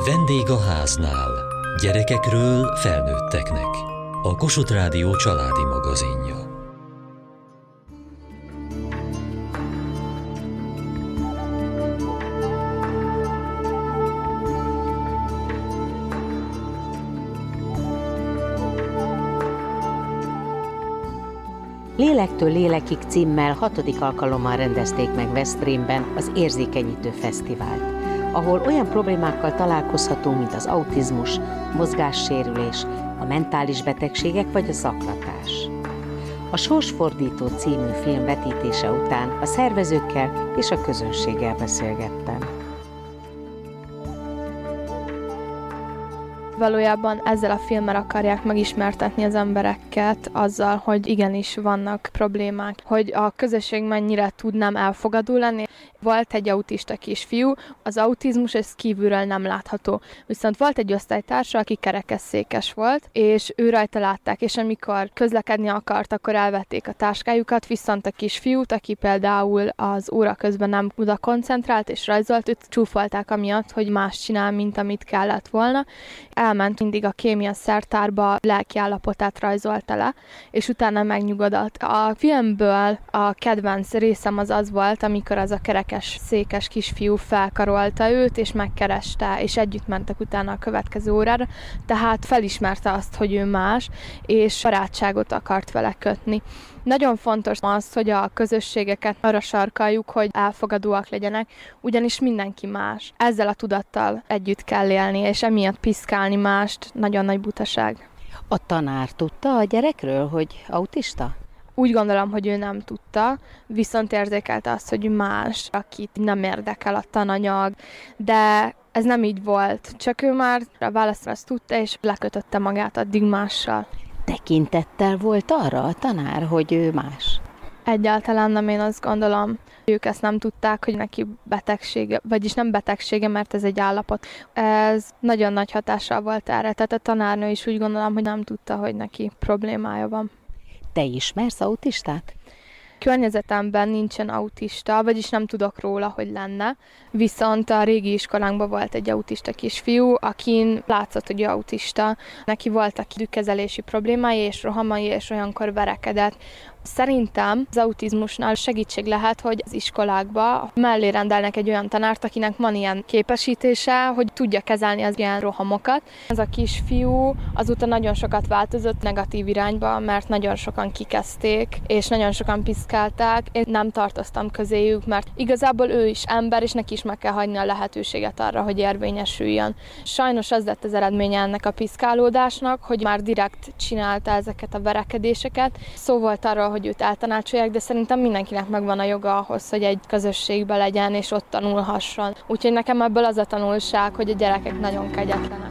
Vendég a háznál. Gyerekekről felnőtteknek. A Kossuth Rádió családi magazinja. Lélektől lélekig címmel 6. alkalommal rendezték meg Veszprémben az Érzékenyítő Fesztivált, ahol olyan problémákkal találkozhatunk, mint az autizmus, mozgássérülés, a mentális betegségek vagy a zaklatás. A Sorsfordító című film vetítése után a szervezőkkel és a közönséggel beszélgettem. Valójában ezzel a filmmel akarják megismertetni az embereket azzal, hogy igenis vannak problémák, hogy a közösség mennyire tud nem elfogadó lenni. Volt egy autista kisfiú, az autizmus ez kívülről nem látható. Viszont volt egy osztálytársa, aki kerekesszékes volt, és ő rajta látták, és amikor közlekedni akart, akkor elvették a táskájukat, viszont a kisfiút, aki például az óra közben nem oda koncentrált és rajzolt, őt csúfolták amiatt, hogy más csinál, mint amit kellett volna. Elment mindig a kémia szertárba, lelki állapotát rajzolta le, és utána megnyugodott. A filmből a kedvenc részem az volt, amikor az a kerekes székes kisfiú felkarolta őt, és megkereste, és együtt mentek utána a következő órára, tehát felismerte azt, hogy ő más, és barátságot akart vele kötni. Nagyon fontos az, hogy a közösségeket arra sarkaljuk, hogy elfogadóak legyenek, ugyanis mindenki más. Ezzel a tudattal együtt kell élni, és emiatt piszkálni mást nagyon nagy butaság. A tanár tudta a gyerekről, hogy autista? Úgy gondolom, hogy ő nem tudta, viszont érzékelte azt, hogy más, akit nem érdekel a tananyag, de ez nem így volt. Csak ő már a válaszra azt tudta, és lekötötte magát addig mással. Tekintettel volt arra a tanár, hogy ő más? Egyáltalán nem, én azt gondolom. Ők ezt nem tudták, hogy neki betegsége, vagyis nem betegsége, mert ez egy állapot. Ez nagyon nagy hatással volt erre, tehát a tanárnő is úgy gondolom, hogy nem tudta, hogy neki problémája van. Te ismersz autistát? Környezetemben nincsen autista, vagyis nem tudok róla, hogy lenne. Viszont a régi iskolánkban volt egy autista kisfiú, akin látszott, hogy autista. Neki voltak kezelési problémái és rohamai, és olyankor verekedett. Szerintem az autizmusnál segítség lehet, hogy az iskolákba mellé rendelnek egy olyan tanárt, akinek van ilyen képesítése, hogy tudja kezelni az ilyen rohamokat. Ez a kisfiú azóta nagyon sokat változott negatív irányba, mert nagyon sokan kikezdték, és nagyon sokan piszkálták. Én nem tartoztam közéjük, mert igazából ő is ember, és neki is meg kell hagyni a lehetőséget arra, hogy érvényesüljön. Sajnos az lett az eredménye ennek a piszkálódásnak, hogy már direkt csinálta ezeket a verekedéseket. Szó volt arról, hogy őt eltanácsolják, de szerintem mindenkinek megvan a joga ahhoz, hogy egy közösségben legyen, és ott tanulhasson. Úgyhogy nekem ebből az a tanulság, hogy a gyerekek nagyon kegyetlenek.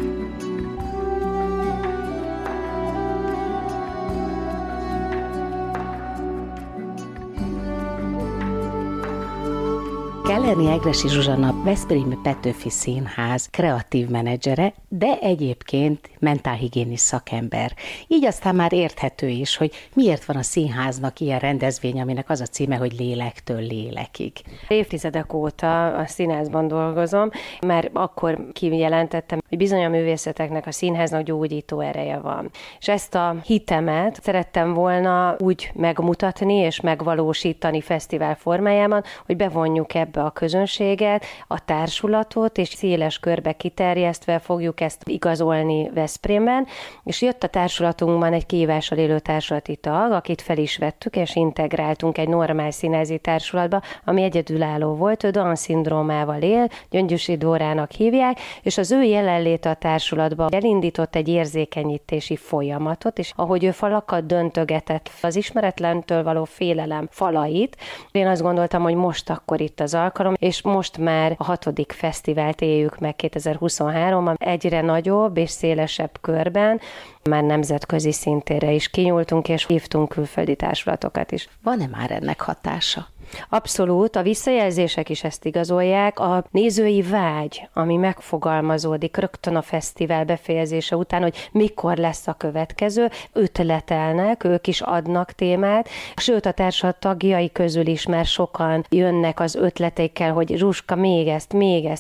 Kellerni Egressy Zsuzsanna, Veszprémi Petőfi Színház kreatív menedzsere, de egyébként mentálhigiénis szakember. Így aztán már érthető is, hogy miért van a színháznak ilyen rendezvény, aminek az a címe, hogy Lélektől lélekig. Évtizedek óta a színházban dolgozom, mert akkor kijelentettem, hogy bizony a művészeteknek, a színháznak gyógyító ereje van. És ezt a hitemet szerettem volna úgy megmutatni és megvalósítani fesztivál formájában, hogy bevonjuk ebbe a közönséget, a társulatot, és széles körbe kiterjesztve fogjuk ezt igazolni Veszprémben, és jött a társulatunkban egy kihívással élő társulati tag, akit fel is vettük, és integráltunk egy normál színházi társulatba, ami egyedülálló volt, ő Down-szindrómával él, Gyöngyösi Dórának hívják, és az ő jelenléte a társulatban elindított egy érzékenyítési folyamatot, és ahogy ő falakat döntögetett, az ismeretlentől való félelem falait, én azt gondoltam, hogy most akkor itt az alkalom, és most már a 6. fesztivált éljük meg 2023-ban, egyre nagyobb és szélesebb körben, már nemzetközi szintére is kinyúltunk, és hívtunk külföldi társulatokat is. Van-e már ennek hatása? Abszolút, a visszajelzések is ezt igazolják. A nézői vágy, ami megfogalmazódik rögtön a fesztivál befejezése után, hogy mikor lesz a következő, ötletelnek, ők is adnak témát, sőt a társad tagjai közül is már sokan jönnek az ötleteikkel, hogy Zsuska, még ezt.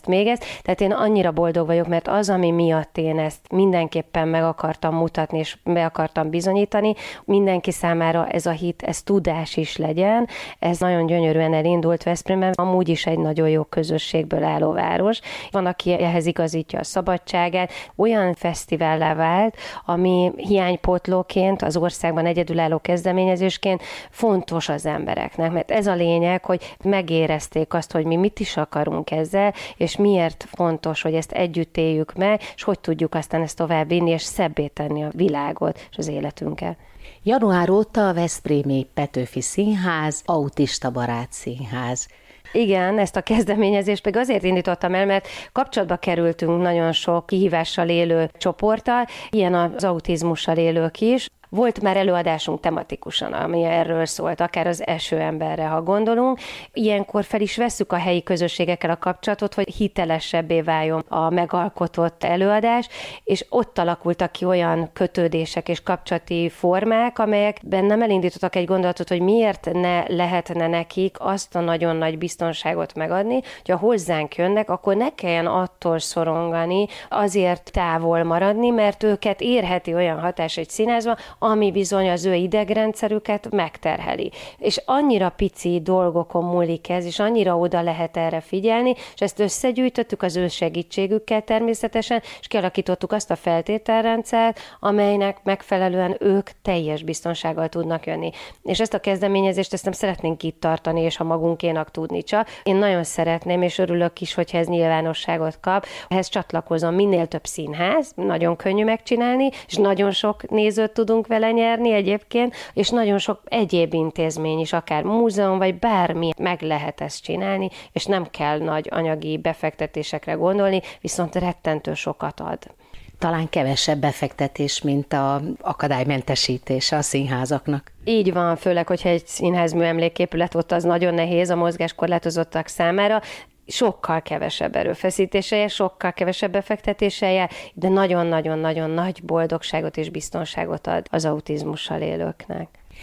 Tehát én annyira boldog vagyok, mert az, ami miatt én ezt mindenképpen meg akartam mutatni, és be akartam bizonyítani, mindenki számára ez a hit, ez tudás is legyen. Ez nagyon gyönyörűen elindult Veszprémben, amúgy is egy nagyon jó közösségből álló város. Van, aki ehhez igazítja a szabadságát. Olyan fesztivállá vált, ami hiánypótlóként, az országban egyedülálló kezdeményezésként fontos az embereknek, mert ez a lényeg, hogy megérezték azt, hogy mi mit is akarunk ezzel, és miért fontos, hogy ezt együtt éljük meg, és hogy tudjuk aztán ezt tovább vinni, és szebbé tenni a világot és az életünket. Január óta a veszprémi Petőfi Színház, autista barát színház. Igen, ezt a kezdeményezést pedig azért indítottam el, mert kapcsolatba kerültünk nagyon sok kihívással élő csoporttal, ilyen az autizmussal élők is. Volt már előadásunk tematikusan, ami erről szólt, akár az esőemberre, ha gondolunk. Ilyenkor fel is vesszük a helyi közösségekkel a kapcsolatot, hogy hitelesebbé váljon a megalkotott előadás, és ott alakultak ki olyan kötődések és kapcsolati formák, amelyek bennem elindítottak egy gondolatot, hogy miért ne lehetne nekik azt a nagyon nagy biztonságot megadni, hogy ha hozzánk jönnek, akkor ne kelljen attól szorongani, azért távol maradni, mert őket érheti olyan hatás egy színházban, ami bizony az ő idegrendszerüket megterheli. És annyira pici dolgokon múlik ez, és annyira oda lehet erre figyelni, és ezt összegyűjtöttük az ő segítségükkel természetesen, és kialakítottuk azt a feltételrendszert, amelynek megfelelően ők teljes biztonsággal tudnak jönni. És ezt a kezdeményezést ezt nem szeretnénk itt tartani, és ha magunkénak tudni csak. Én nagyon szeretném, és örülök is, hogyha ez nyilvánosságot kap. Ehhez csatlakozom, minél több színház, nagyon könnyű megcsinálni, és nagyon sok nézőt tudunk vele nyerni egyébként, és nagyon sok egyéb intézmény is, akár múzeum, vagy bármi meg lehet ezt csinálni, és nem kell nagy anyagi befektetésekre gondolni, viszont rettentő sokat ad. Talán kevesebb befektetés, mint az akadálymentesítése a színházaknak. Így van, főleg, hogyha egy színházmű emléképület ott, az nagyon nehéz a mozgáskorlátozottak számára, sokkal kevesebb erőfeszítése, sokkal kevesebb befektetése, de nagyon-nagyon-nagyon nagy boldogságot és biztonságot ad az autizmussal élőknek.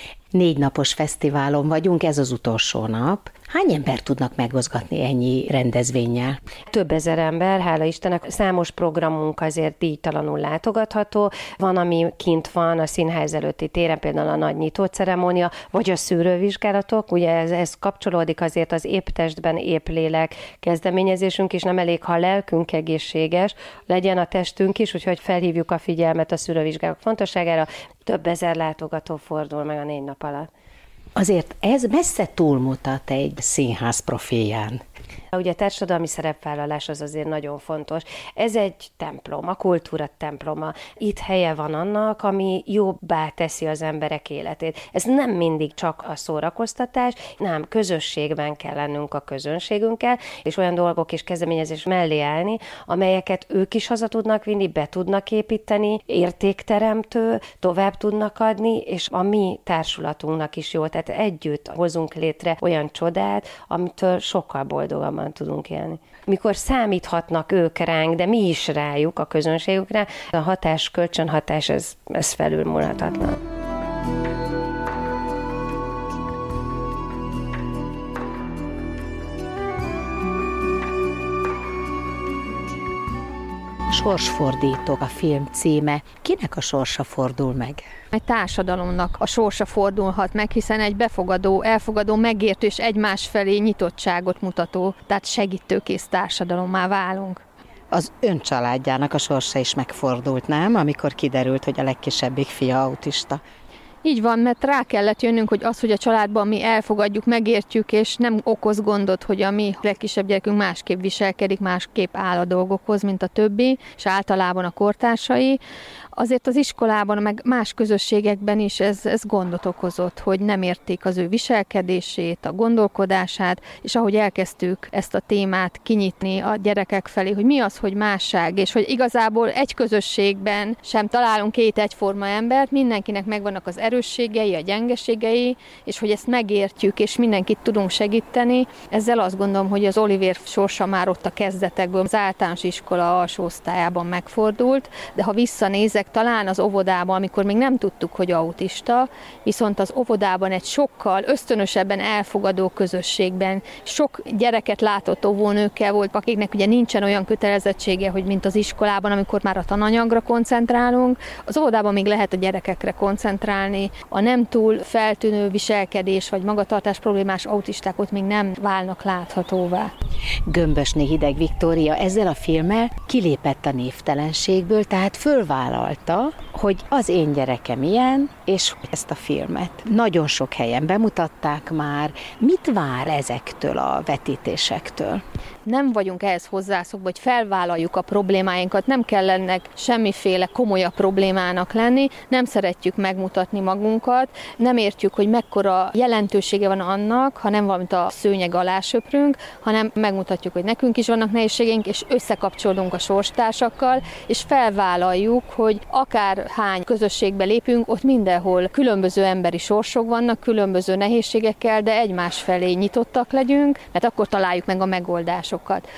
4 napos fesztiválon vagyunk, ez az utolsó nap. Hány ember tudnak megmozgatni ennyi rendezvénnyel? Több ezer ember, hála Istennek. Számos programunk azért díjtalanul látogatható. Van, ami kint van a színház előtti téren, például a nagy nyitóceremónia, vagy a szűrővizsgálatok. Ugye ez kapcsolódik azért az épp testben, épp lélek kezdeményezésünk is. Nem elég, ha a lelkünk egészséges, legyen a testünk is, úgyhogy felhívjuk a figyelmet a szűrővizsgálatok fontosságára. Több ezer látogató fordul meg a 4 nap alatt. Azért ez messze túlmutat egy színház profilján. Ugye a társadalmi szerepvállalás az azért nagyon fontos. Ez egy templom, a kultúra temploma. Itt helye van annak, ami jobbá teszi az emberek életét. Ez nem mindig csak a szórakoztatás, nem, közösségben kell lennünk a közönségünkkel, és olyan dolgok és kezdeményezés mellé állni, amelyeket ők is haza tudnak vinni, be tudnak építeni, értékteremtő, tovább tudnak adni, és a mi társulatunknak is jó. Tehát együtt hozunk létre olyan csodát, amitől sokkal boldogabban tudunk élni. Mikor számíthatnak ők ránk, de mi is rájuk, a közönségükre, a hatás, kölcsönhatás, ez felülmúlhatatlan. Sorsfordítók a film címe. Kinek a sorsa fordul meg? Egy társadalomnak a sorsa fordulhat meg, hiszen egy befogadó, elfogadó, megértő és egymás felé nyitottságot mutató, tehát segítőkész társadalommá válunk. Az ön családjának a sorsa is megfordult, nem? Amikor kiderült, hogy a legkisebbik fia autista. Így van, mert rá kellett jönnünk, hogy az, hogy a családban mi elfogadjuk, megértjük, és nem okoz gondot, hogy a mi legkisebb gyerekünk másképp viselkedik, másképp áll a dolgokhoz, mint a többi, és általában a kortársai. Azért az iskolában, meg más közösségekben is ez gondot okozott, hogy nem érték az ő viselkedését, a gondolkodását, és ahogy elkezdtük ezt a témát kinyitni a gyerekek felé, hogy mi az, hogy másság, és hogy igazából egy közösségben sem találunk 2 egyforma embert, mindenkinek megvannak az erősségei, a gyengeségei, és hogy ezt megértjük, és mindenkit tudunk segíteni. Ezzel azt gondolom, hogy az Olivér sorsa már ott a kezdetekből, az általános iskola alsó osztályában megfordult, de ha visszanézek, talán az óvodában, amikor még nem tudtuk, hogy autista, viszont az óvodában egy sokkal ösztönösebben elfogadó közösségben, sok gyereket látott óvónőkkel volt, akiknek ugye nincsen olyan kötelezettsége, hogy mint az iskolában, amikor már a tananyagra koncentrálunk. Az óvodában még lehet a gyerekekre koncentrálni. A nem túl feltűnő viselkedés vagy magatartás problémás autisták ott még nem válnak láthatóvá. Gömbösné Hideg Viktória ezzel a filmmel kilépett a névtelenségből, tehát fölvállalta, hogy az én gyerekem ilyen, és ezt a filmet nagyon sok helyen bemutatták már. Mit vár ezektől a vetítésektől? Nem vagyunk ehhez hozzászokva, hogy felvállaljuk a problémáinkat, nem kell ennek semmiféle komolyabb problémának lenni, nem szeretjük megmutatni magunkat, nem értjük, hogy mekkora jelentősége van annak, ha nem valamit a szőnyeg alá söprünk, hanem megmutatjuk, hogy nekünk is vannak nehézségeink, és összekapcsolunk a sorstársakkal, és felvállaljuk, hogy akár hány közösségbe lépünk, ott mindenhol különböző emberi sorsok vannak, különböző nehézségekkel, de egymás felé nyitottak legyünk, mert akkor találjuk meg a megoldásokat.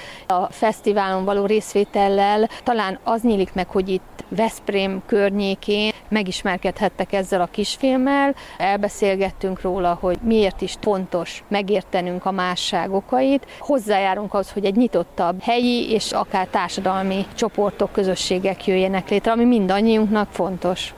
A fesztiválon való részvétellel talán az nyílik meg, hogy itt Veszprém környékén megismerkedhettek ezzel a kisfilmmel, elbeszélgettünk róla, hogy miért is fontos megértenünk a másság okait, hozzájárunk ahhoz, hogy egy nyitottabb helyi és akár társadalmi csoportok, közösségek jöjjenek létre, ami mindannyiunknak fontos.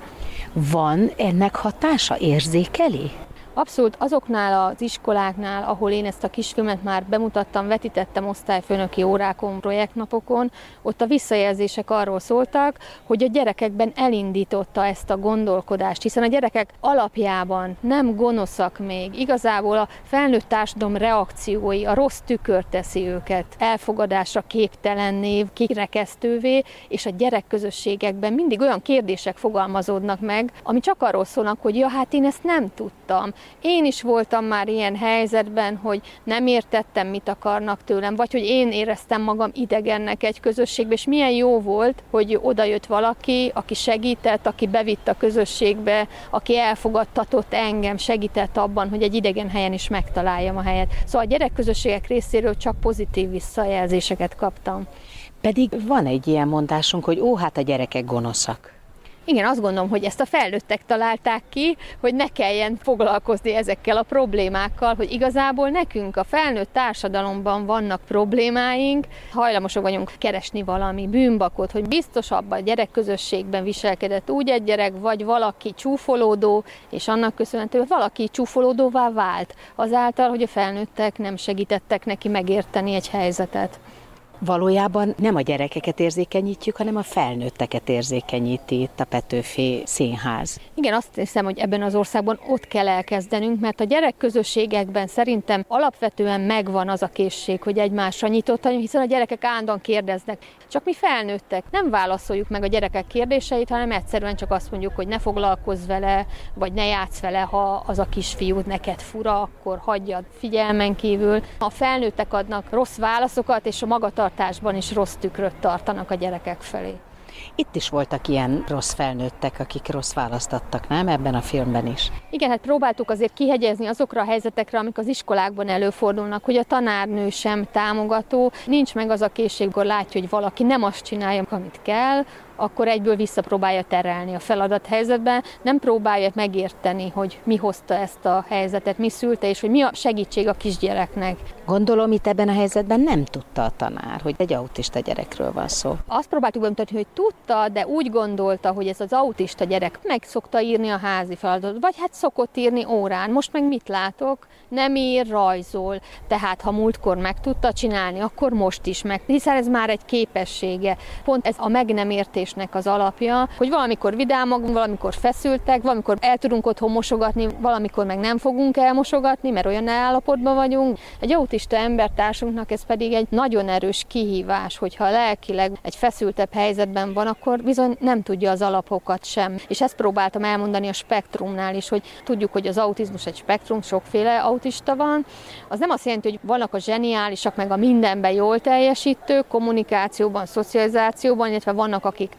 Van ennek hatása? Érzékeli? Abszolút azoknál az iskoláknál, ahol én ezt a kisfilmet már bemutattam, vetítettem osztályfőnöki órákon, projektnapokon, ott a visszajelzések arról szóltak, hogy a gyerekekben elindította ezt a gondolkodást, hiszen a gyerekek alapjában nem gonoszak még. Igazából a felnőtt társadalom reakciói, a rossz tükör teszi őket elfogadásra képtelenné, kirekesztővé, és a gyerekközösségekben mindig olyan kérdések fogalmazódnak meg, ami csak arról szólnak, hogy ja, hát én ezt nem tudtam. Én is voltam már ilyen helyzetben, hogy nem értettem, mit akarnak tőlem, vagy hogy én éreztem magam idegennek egy közösségbe, és milyen jó volt, hogy odajött valaki, aki segített, aki bevitt a közösségbe, aki elfogadtatott engem, segített abban, hogy egy idegen helyen is megtaláljam a helyet. Szóval a gyerekközösségek részéről csak pozitív visszajelzéseket kaptam. Pedig van egy ilyen mondásunk, hogy hát a gyerekek gonoszak. Igen, azt gondolom, hogy ezt a felnőttek találták ki, hogy ne kelljen foglalkozni ezekkel a problémákkal, hogy igazából nekünk a felnőtt társadalomban vannak problémáink, hajlamosak vagyunk keresni valami bűnbakot, hogy biztosabb a gyerekközösségben viselkedett úgy egy gyerek, vagy valaki csúfolódó, és annak köszönhetően valaki csúfolódóvá vált, azáltal, hogy a felnőttek nem segítettek neki megérteni egy helyzetet. Valójában nem a gyerekeket érzékenyítjük, hanem a felnőtteket érzékenyíti itt a Petőfi Színház. Igen, azt hiszem, hogy ebben az országban ott kell elkezdenünk, mert a gyerekközösségekben szerintem alapvetően megvan az a készség, hogy egymásra nyitott, hiszen a gyerekek állandóan kérdeznek. Csak mi felnőttek nem válaszoljuk meg a gyerekek kérdéseit, hanem egyszerűen csak azt mondjuk, hogy ne foglalkozz vele, vagy ne játsz vele, ha az a kisfiú neked fura, akkor hagyjad figyelmen kívül. A felnőttek adnak rossz válaszokat, és a magatartásban is rossz tükröt tartanak a gyerekek felé. Itt is voltak ilyen rossz felnőttek, akik rossz választ adtak, nem? Ebben a filmben is. Igen, hát próbáltuk azért kihegyezni azokra a helyzetekre, amik az iskolákban előfordulnak, hogy a tanárnő sem támogató, nincs meg az a készség, amikor látja, hogy valaki nem azt csinálja, amit kell, akkor egyből visszapróbálja terelni a feladathelyzetben, nem próbálja megérteni, hogy mi hozta ezt a helyzetet, mi szülte, és hogy mi a segítség a kisgyereknek. Gondolom, itt ebben a helyzetben nem tudta a tanár, hogy egy autista gyerekről van szó. Azt próbáltuk bemutatni, hogy tudta, de úgy gondolta, hogy ez az autista gyerek meg szokta írni a házi feladatot, vagy hát szokott írni órán. Most meg mit látok? Nem ír, rajzol. Tehát ha múltkor meg tudta csinálni, akkor most is meg. Hiszen ez már egy képessége. Pont ez a meg nem értésnek az alapja, hogy valamikor vidámak, valamikor feszültek, valamikor el tudunk otthon mosogatni, valamikor meg nem fogunk elmosogatni, mert olyan állapotban vagyunk. Egy autista embertársunknak ez pedig egy nagyon erős kihívás, hogyha lelkileg egy feszültebb helyzetben van, akkor bizony nem tudja az alapokat sem. És ezt próbáltam elmondani a spektrumnál is, hogy tudjuk, hogy az autizmus egy spektrum, sokféle autista van. Az nem azt jelenti, hogy vannak a zseniálisak, meg a mindenben jól teljesítők, kommunikációban, szocializációban, illetve vannak, akik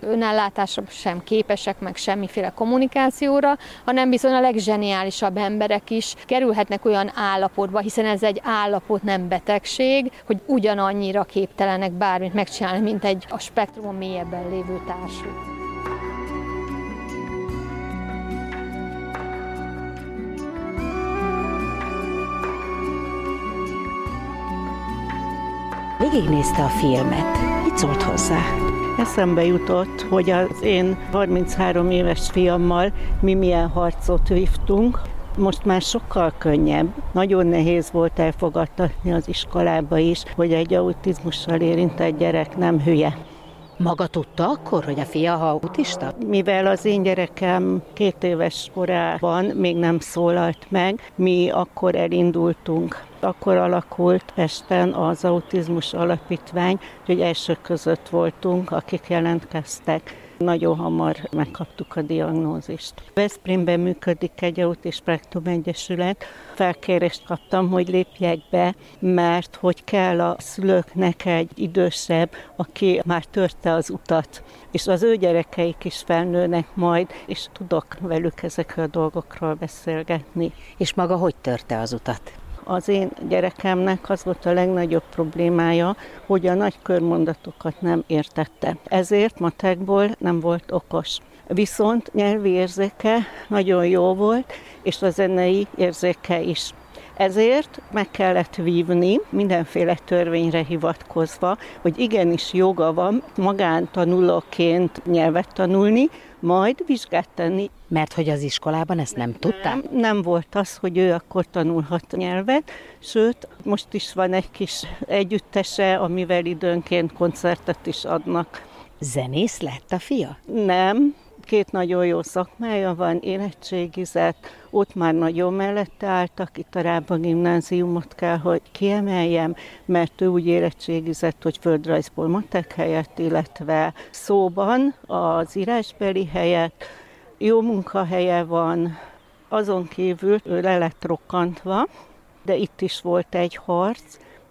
önellátásra sem képesek, meg semmiféle kommunikációra, hanem bizony a legzseniálisabb emberek is kerülhetnek olyan állapotba, hiszen ez egy állapot, nem betegség, hogy ugyanannyira képtelenek bármit megcsinálni, mint egy a spektrumon mélyebben lévő társuk. Végignézte a filmet. Mit szólt hozzá? Eszembe jutott, hogy az én 33 éves fiammal mi milyen harcot vívtunk. Most már sokkal könnyebb. Nagyon nehéz volt elfogadtatni az iskolába is, hogy egy autizmussal érintett gyerek nem hülye. Maga tudta akkor, hogy a fia autista? Mivel az én gyerekem 2 éves korában még nem szólalt meg, mi akkor elindultunk. Akkor alakult Pesten az Autizmus Alapítvány, hogy elsők között voltunk, akik jelentkeztek. Nagyon hamar megkaptuk a diagnózist. Veszprémben működik egy Autispektrum Egyesület. Felkérést kaptam, hogy lépjek be, mert hogy kell a szülőknek egy idősebb, aki már törte az utat. És az ő gyerekeik is felnőnek majd, és tudok velük ezekről a dolgokról beszélgetni. És maga hogy törte az utat? Az én gyerekemnek az volt a legnagyobb problémája, hogy a nagy körmondatokat nem értette. Ezért matekból nem volt okos. Viszont nyelvi érzéke nagyon jó volt, és a zenei érzéke is. Ezért meg kellett vívni, mindenféle törvényre hivatkozva, hogy igenis joga van magántanulóként nyelvet tanulni, majd vizsgát tenni. Mert hogy az iskolában ezt nem tudták? Nem volt az, hogy ő akkor tanulhat nyelvet, sőt, most is van egy kis együttese, amivel időnként koncertet is adnak. Zenész lett a fia? Nem. 2 nagyon jó szakmája van, érettségizett, ott már nagyon mellette álltak, itt a Rába gimnáziumot kell, hogy kiemeljem, mert ő úgy érettségizett, hogy földrajzból matek helyett, illetve szóban az írásbeli helyett, jó munkahelye van, azon kívül ő le lett rokkantva, de itt is volt egy harc,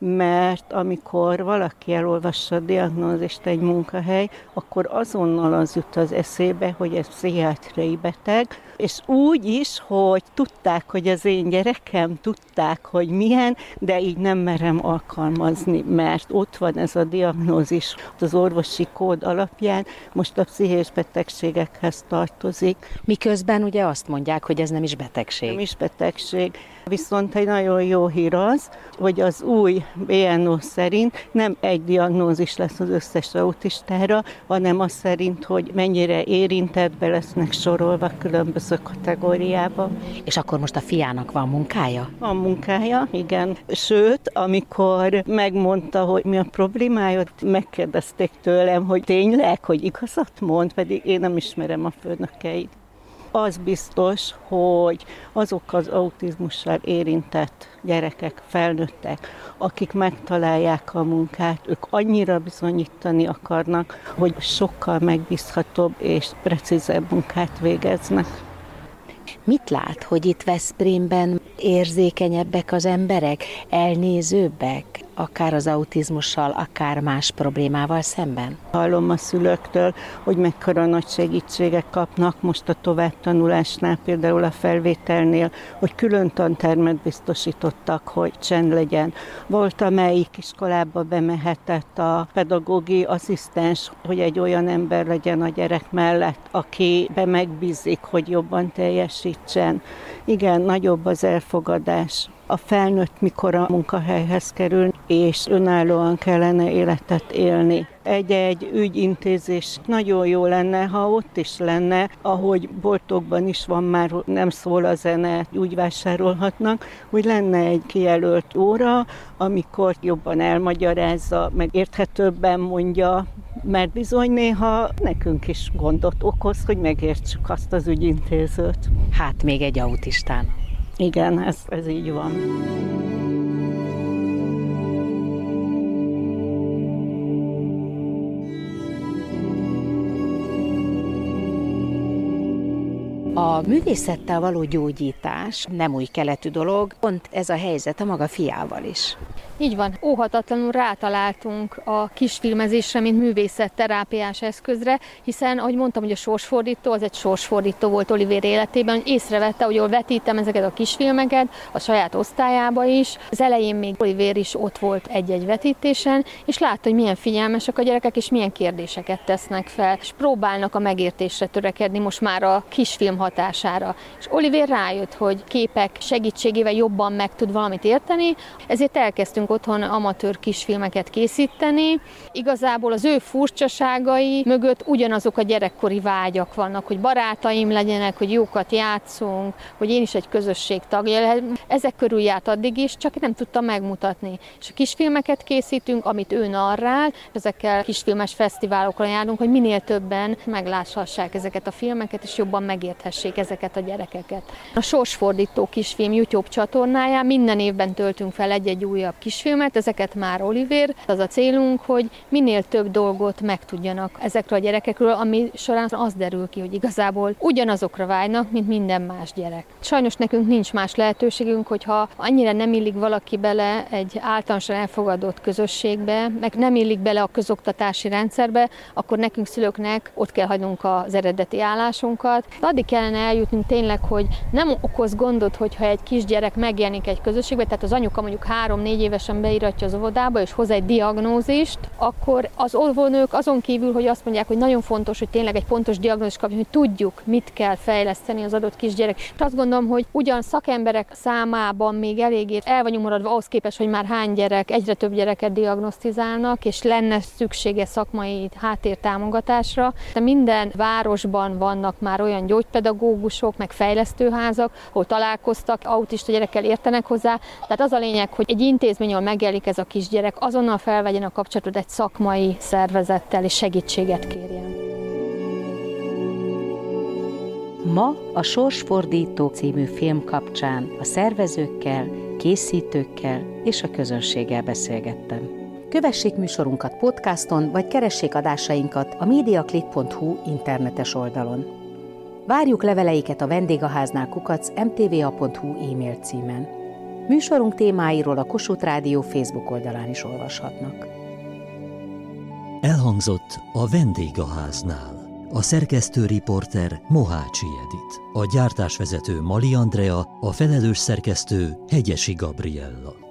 mert amikor valaki elolvassa a diagnózist egy munkahely, akkor azonnal az jut az eszébe, hogy ez pszichiátriai beteg, és úgy is, hogy tudták, hogy az én gyerekem, tudták, hogy milyen, de így nem merem alkalmazni, mert ott van ez a diagnózis az orvosi kód alapján, most a pszichés betegségekhez tartozik. Miközben ugye azt mondják, hogy ez nem is betegség. Nem is betegség. Viszont egy nagyon jó hír az, hogy az új BNO szerint nem egy diagnózis lesz az összes autistára, hanem az szerint, hogy mennyire érintett, be lesznek sorolva különböző kategóriába. És akkor most a fiának van munkája? Van munkája, igen. Sőt, amikor megmondta, hogy mi a problémája, megkérdezték tőlem, hogy tényleg, hogy igazat mond, pedig én nem ismerem a főnökeit. Az biztos, hogy azok az autizmussal érintett gyerekek, felnőttek, akik megtalálják a munkát, ők annyira bizonyítani akarnak, hogy sokkal megbízhatóbb és precízebb munkát végeznek. Mit lát, hogy itt Veszprémben érzékenyebbek az emberek, elnézőbbek, akár az autizmussal, akár más problémával szemben? Hallom a szülőktől, hogy mekkora nagy segítségek kapnak most a továbbtanulásnál, például a felvételnél, hogy külön tantermet biztosítottak, hogy csend legyen. Volt, amelyik iskolába bemehetett a pedagógiai asszisztens, hogy egy olyan ember legyen a gyerek mellett, akibe megbízik, hogy jobban teljesítsen. Igen, nagyobb az elfogadás. A felnőtt mikor a munkahelyhez kerül, és önállóan kellene életet élni. Egy ügyintézés nagyon jó lenne, ha ott is lenne, ahogy boltokban is van már, nem szól a zene, úgy vásárolhatnak, hogy lenne egy kijelölt óra, amikor jobban elmagyarázza, meg érthetőbben mondja, mert bizony néha nekünk is gondot okoz, hogy megértsük azt az ügyintézőt. Hát még egy autistán. Igen, ez így van. A művészettel való gyógyítás nem új keletű dolog, pont ez a helyzet a maga fiával is. Így van, óhatatlanul rátaláltunk a kisfilmezésre, mint művészetterápiás eszközre, hiszen, ahogy mondtam, hogy a sorsfordító, az egy sorsfordító volt Olivér életében, hogy észrevette, hogy jól vetítem ezeket a kisfilmeket, a saját osztályába is. Az elején még Olivér is ott volt egy-egy vetítésen, és látta, hogy milyen figyelmesek a gyerekek, és milyen kérdéseket tesznek fel, és próbálnak a megértésre törekedni most már a kisfilm hatására. És Olivér rájött, hogy képek segítségével jobban meg tud valamit érteni, ezért elkezdtünk otthon amatőr kisfilmeket készíteni. Igazából az ő furcsaságai mögött ugyanazok a gyerekkori vágyak vannak, hogy barátaim legyenek, hogy jókat játszunk, hogy én is egy közösség tagja lehetek. Ezek körül járt addig is, csak nem tudtam megmutatni. És a kisfilmeket készítünk, amit ő narrál, ezekkel kisfilmes fesztiválokra járunk, hogy minél többen megláshassák ezeket a filmeket, és jobban megérthessék ezeket a gyerekeket. A Sorsfordító kisfilm YouTube csatornáján minden évben töltünk fel egy-egy újabb kisfilmet, ezeket már Olivér. Az a célunk, hogy minél több dolgot megtudjanak ezekről a gyerekekről, ami során az derül ki, hogy igazából ugyanazokra vágynak, mint minden más gyerek. Sajnos nekünk nincs más lehetőségünk, hogyha annyira nem illik valaki bele egy általánosan elfogadott közösségbe, meg nem illik bele a közoktatási rendszerbe, akkor nekünk szülőknek ott kell hagynunk az eredeti állásunkat. Addig kellene eljutnunk tényleg, hogy nem okoz gondot, hogyha egy kisgyerek megjelenik egy közösségbe, tehát az anyuka mondjuk 3-4 évesen beiratja az óvodába, és hoz egy diagnózist, akkor az óvónők azon kívül, hogy azt mondják, hogy nagyon fontos, hogy tényleg egy pontos diagnózist kapjunk, hogy tudjuk, mit kell fejleszteni az adott kisgyerek. És azt gondolom, hogy ugyan szakemberek számában még eléggé el vagyunk maradva ahhoz képest, hogy már hány gyerek, egyre több gyereket diagnosztizálnak, és lenne szüksége szakmai háttértámogatásra. De minden városban vannak már olyan gyógypedagógusok, meg fejlesztőházak, ahol találkoztak, autista gyerekkel értenek hozzá. Tehát az a lényeg, hogy egy intézmény, ahol megjelenik ez a kisgyerek, azonnal felvegyen a kapcsolatot egy szakmai szervezettel, és segítséget kérjen. Ma a Sorsfordító című film kapcsán a szervezőkkel, készítőkkel és a közönséggel beszélgettem. Kövessék műsorunkat podcaston, vagy keressék adásainkat a mediaclick.hu internetes oldalon. Várjuk leveleiket a vendégháznál @mtva.hu e-mail címen. Műsorunk témáiról a Kossuth Rádió Facebook oldalán is olvashatnak. Elhangzott a Vendégháznál. A szerkesztő riporter Mohácsi Edit, a gyártásvezető Mali Andrea, a felelős szerkesztő Hegyesi Gabriella.